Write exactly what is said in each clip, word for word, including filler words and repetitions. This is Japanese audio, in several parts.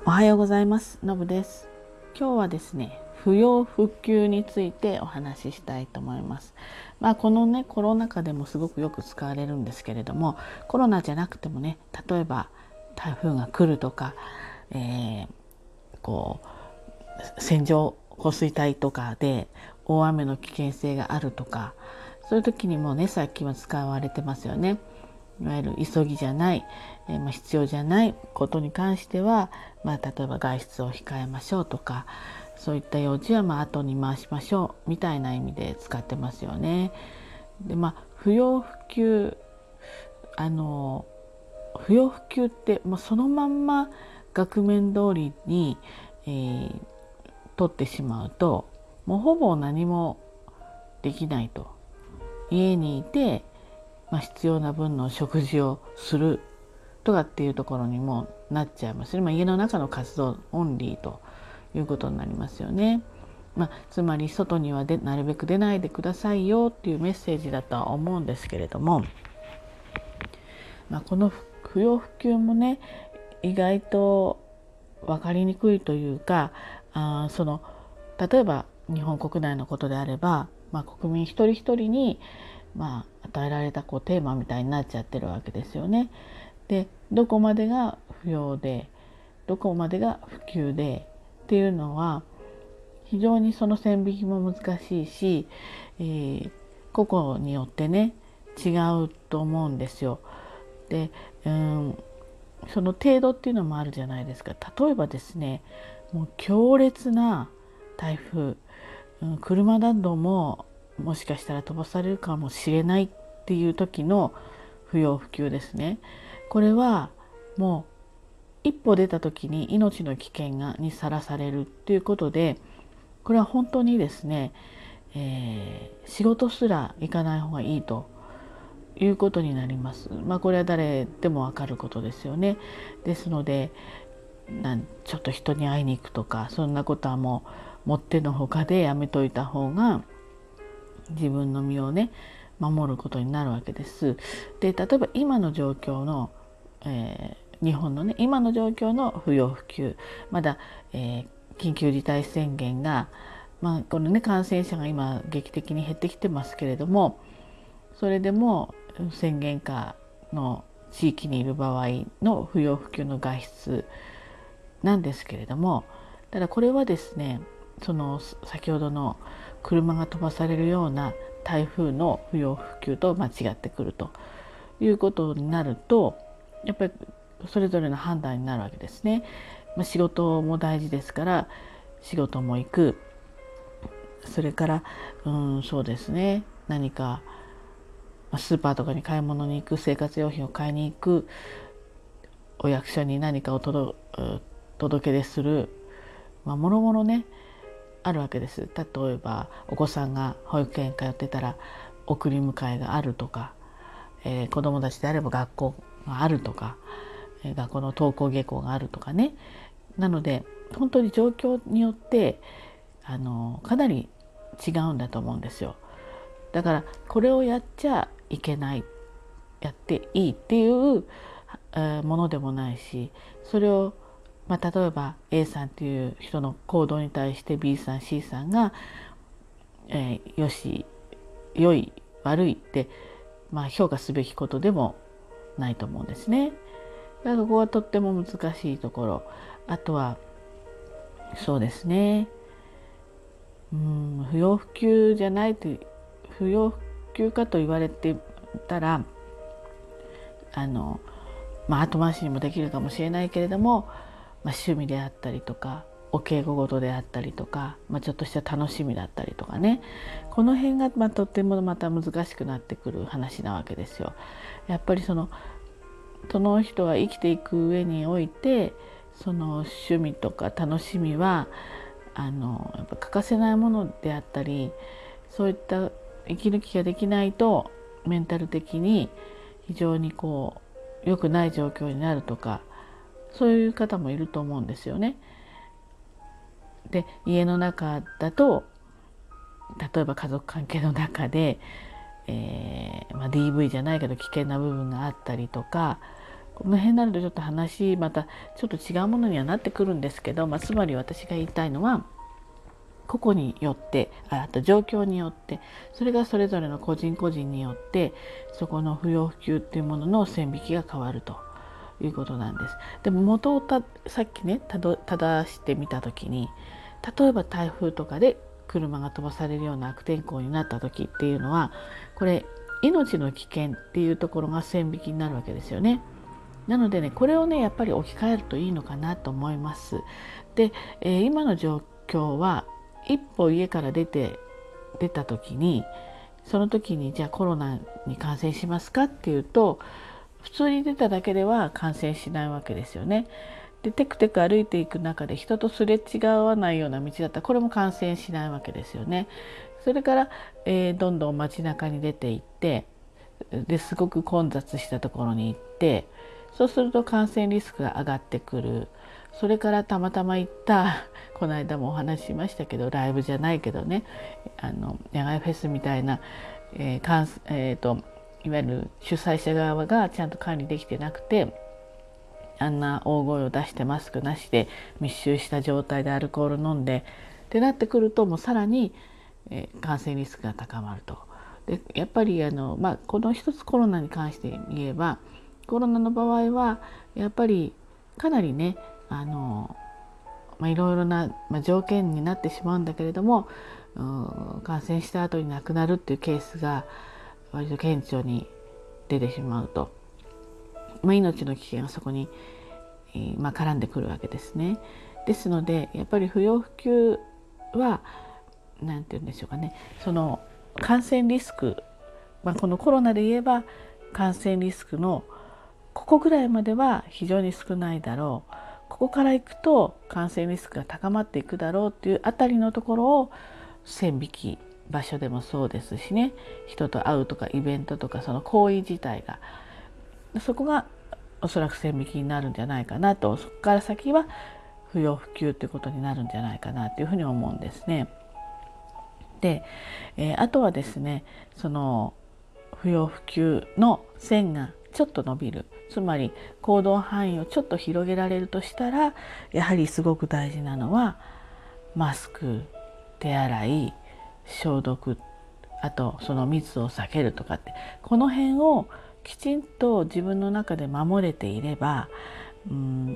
おはようございます。のぶです。今日はですね、不要不急についてお話ししたいと思います。まあこのねコロナ禍でもすごくよく使われるんですけれども、コロナじゃなくてもね、例えば台風が来るとか、えー、こう線状降水帯とかで大雨の危険性があるとか、そういう時にもね最近は使われてますよね。いわゆる急ぎじゃない、えーまあ、必要じゃないことに関しては、まあ、例えば外出を控えましょうとか、そういった用事はまあ後に回しましょうみたいな意味で使ってますよね。でまあ不要不急あの不要不急って、まあ、そのまんま額面通りに、えー、取ってしまうともうほぼ何もできないと。家にいてまあ、必要な分の食事をするとかっていうところにもなっちゃいますね。まあ、家の中の活動オンリーということになりますよね。まあ、つまり外にはでなるべく出ないでくださいよっていうメッセージだとは思うんですけれども、まあ、この不要不急もね意外と分かりにくいというか、あその例えば日本国内のことであれば、まあ、国民一人一人にまあ、与えられたこうテーマみたいになっちゃってるわけですよね。でどこまでが不要でどこまでが不及でっていうのは非常にその線引きも難しいし、えー、個々によってね違うと思うんですよ。で、うん、その程度っていうのもあるじゃないですか。例えばですね、もう強烈な台風、うん、車などももしかしたら飛ばされるかもしれないっていう時の不要不急ですね。これはもう一歩出た時に命の危険がにさらされるっていうことで、これは本当にですね、えー、仕事すら行かない方がいいということになります。まあこれは誰でもわかることですよね。ですのでなんちょっと人に会いに行くとかそんなことはもうもってのほかでやめといた方が自分の身をね守ることになるわけです。で例えば今の状況の、えー、日本のね今の状況の不要不急まだ、えー、緊急事態宣言が、まあ、このね感染者が今劇的に減ってきてますけれども、それでも宣言下の地域にいる場合の不要不急の外出なんですけれども、ただこれはですねその先ほどの車が飛ばされるような台風の不要不急と間違ってくるということになると、やっぱりそれぞれの判断になるわけですね。まあ、仕事も大事ですから仕事も行く、それからうんそうですね何かスーパーとかに買い物に行く、生活用品を買いに行く、お役所に何かを届け出する、まあ、もろもろねあるわけです。例えばお子さんが保育園通ってたら送り迎えがあるとか、えー、子どもたちであれば学校があるとか、えー、学校の登校下校があるとかね。なので本当に状況によってあのかなり違うんだと思うんですよ。だからこれをやっちゃいけない、やっていいっていうものでもないし、それをまあ、例えば A さんっていう人の行動に対して B さん C さんが、えー、よし良い悪いって、まあ、評価すべきことでもないと思うんですね。だからそこはとっても難しいところ。あとはそうですね、うん不要不急じゃないと不要不急かと言われてたらあの、まあ、後回しにもできるかもしれないけれども、まあ、趣味であったりとかお稽古事であったりとか、まあ、ちょっとした楽しみだったりとかね、この辺がまあとってもまた難しくなってくる話なわけですよ。やっぱりそのその人が生きていく上においてその趣味とか楽しみはあのやっぱ欠かせないものであったり、そういった息抜きができないとメンタル的に非常にこう良くない状況になるとか、そういう方もいると思うんですよね。で家の中だと例えば家族関係の中で、えーまあ、ディーブイ じゃないけど危険な部分があったりとか、 この辺になるとちょっと話またちょっと違うものにはなってくるんですけど、まあ、つまり私が言いたいのは個々によってあと状況によってそれがそれぞれの個人個人によってそこの不要不急っていうものの線引きが変わるということなんです。でも元をたさっきねたど正してみた時に例えば台風とかで車が飛ばされるような悪天候になった時っていうのはこれ命の危険っていうところが線引きになるわけですよね。なのでねこれをねやっぱり置き換えるといいのかなと思います。で、えー、今の状況は一歩家から出て出た時にその時にじゃあコロナに感染しますかっていうと普通に出ただけでは感染しないわけですよね。でテクテク歩いていく中で人とすれ違わないような道だったらこれも感染しないわけですよね。それから、えー、どんどん街中に出ていってですごく混雑したところに行ってそうすると感染リスクが上がってくる。それからたまたま行ったこの間もお話ししましたけどライブじゃないけどねあの野外フェスみたいな、えーかんえー、といわゆる主催者側がちゃんと管理できてなくてあんな大声を出してマスクなしで密集した状態でアルコール飲んでってなってくるともうさらに、えー、感染リスクが高まると。でやっぱりあの、まあ、この一つコロナに関して言えばコロナの場合はやっぱりかなりねあの、まあ、いろいろな、まあ、条件になってしまうんだけれども、うん、感染した後に亡くなるっていうケースが割と顕著に出てしまうと、まあ、命の危険がそこに、えーまあ、絡んでくるわけですね。ですのでやっぱり不要不急は何て言うんでしょうかねその感染リスク、まあ、このコロナで言えば感染リスクのここぐらいまでは非常に少ないだろうここからいくと感染リスクが高まっていくだろうっていうあたりのところを線引き場所でもそうですしね人と会うとかイベントとかその行為自体がそこがおそらく線引きになるんじゃないかなとそこから先は不要不急ということになるんじゃないかなというふうに思うんですね。で、えー、あとはですねその不要不急の線がちょっと伸びるつまり行動範囲をちょっと広げられるとしたらやはりすごく大事なのはマスク手洗い消毒あとその密を避けるとかってこの辺をきちんと自分の中で守れていれば、うん、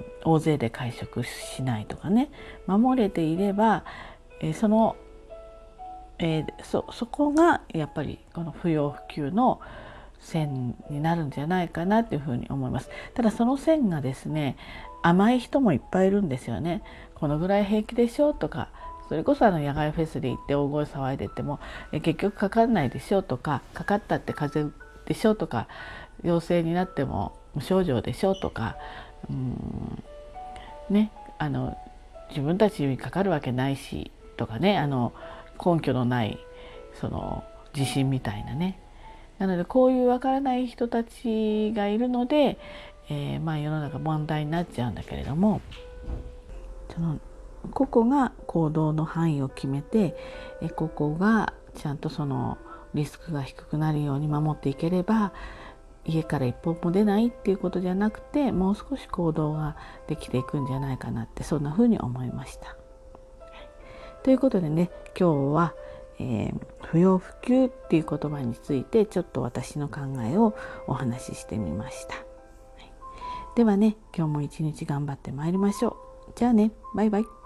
大勢で会食しないとかね守れていれば、えー、その、えー、そ, そこがやっぱりこの不要不急の線になるんじゃないかなっていうふうに思います。ただその線がですね甘い人もいっぱいいるんですよね。このぐらい平気でしょとかそれこそあの野外フェスで行って大声騒いでてもえ結局かかんないでしょとかかかったって風邪でしょとか陽性になっても無症状でしょとかうーんねあの自分たちにかかるわけないしとかねあの根拠のないその自信みたいなねなのでこういうわからない人たちがいるので、えー、まあ世の中問題になっちゃうんだけれどもその個々が行動の範囲を決めてえ個々がちゃんとそのリスクが低くなるように守っていければ家から一歩も出ないっていうことじゃなくてもう少し行動ができていくんじゃないかなってそんな風に思いました。ということでね今日は、えー、不要不急っていう言葉についてちょっと私の考えをお話ししてみました。はい、ではね今日も一日頑張ってまいりましょう。じゃあねバイバイ。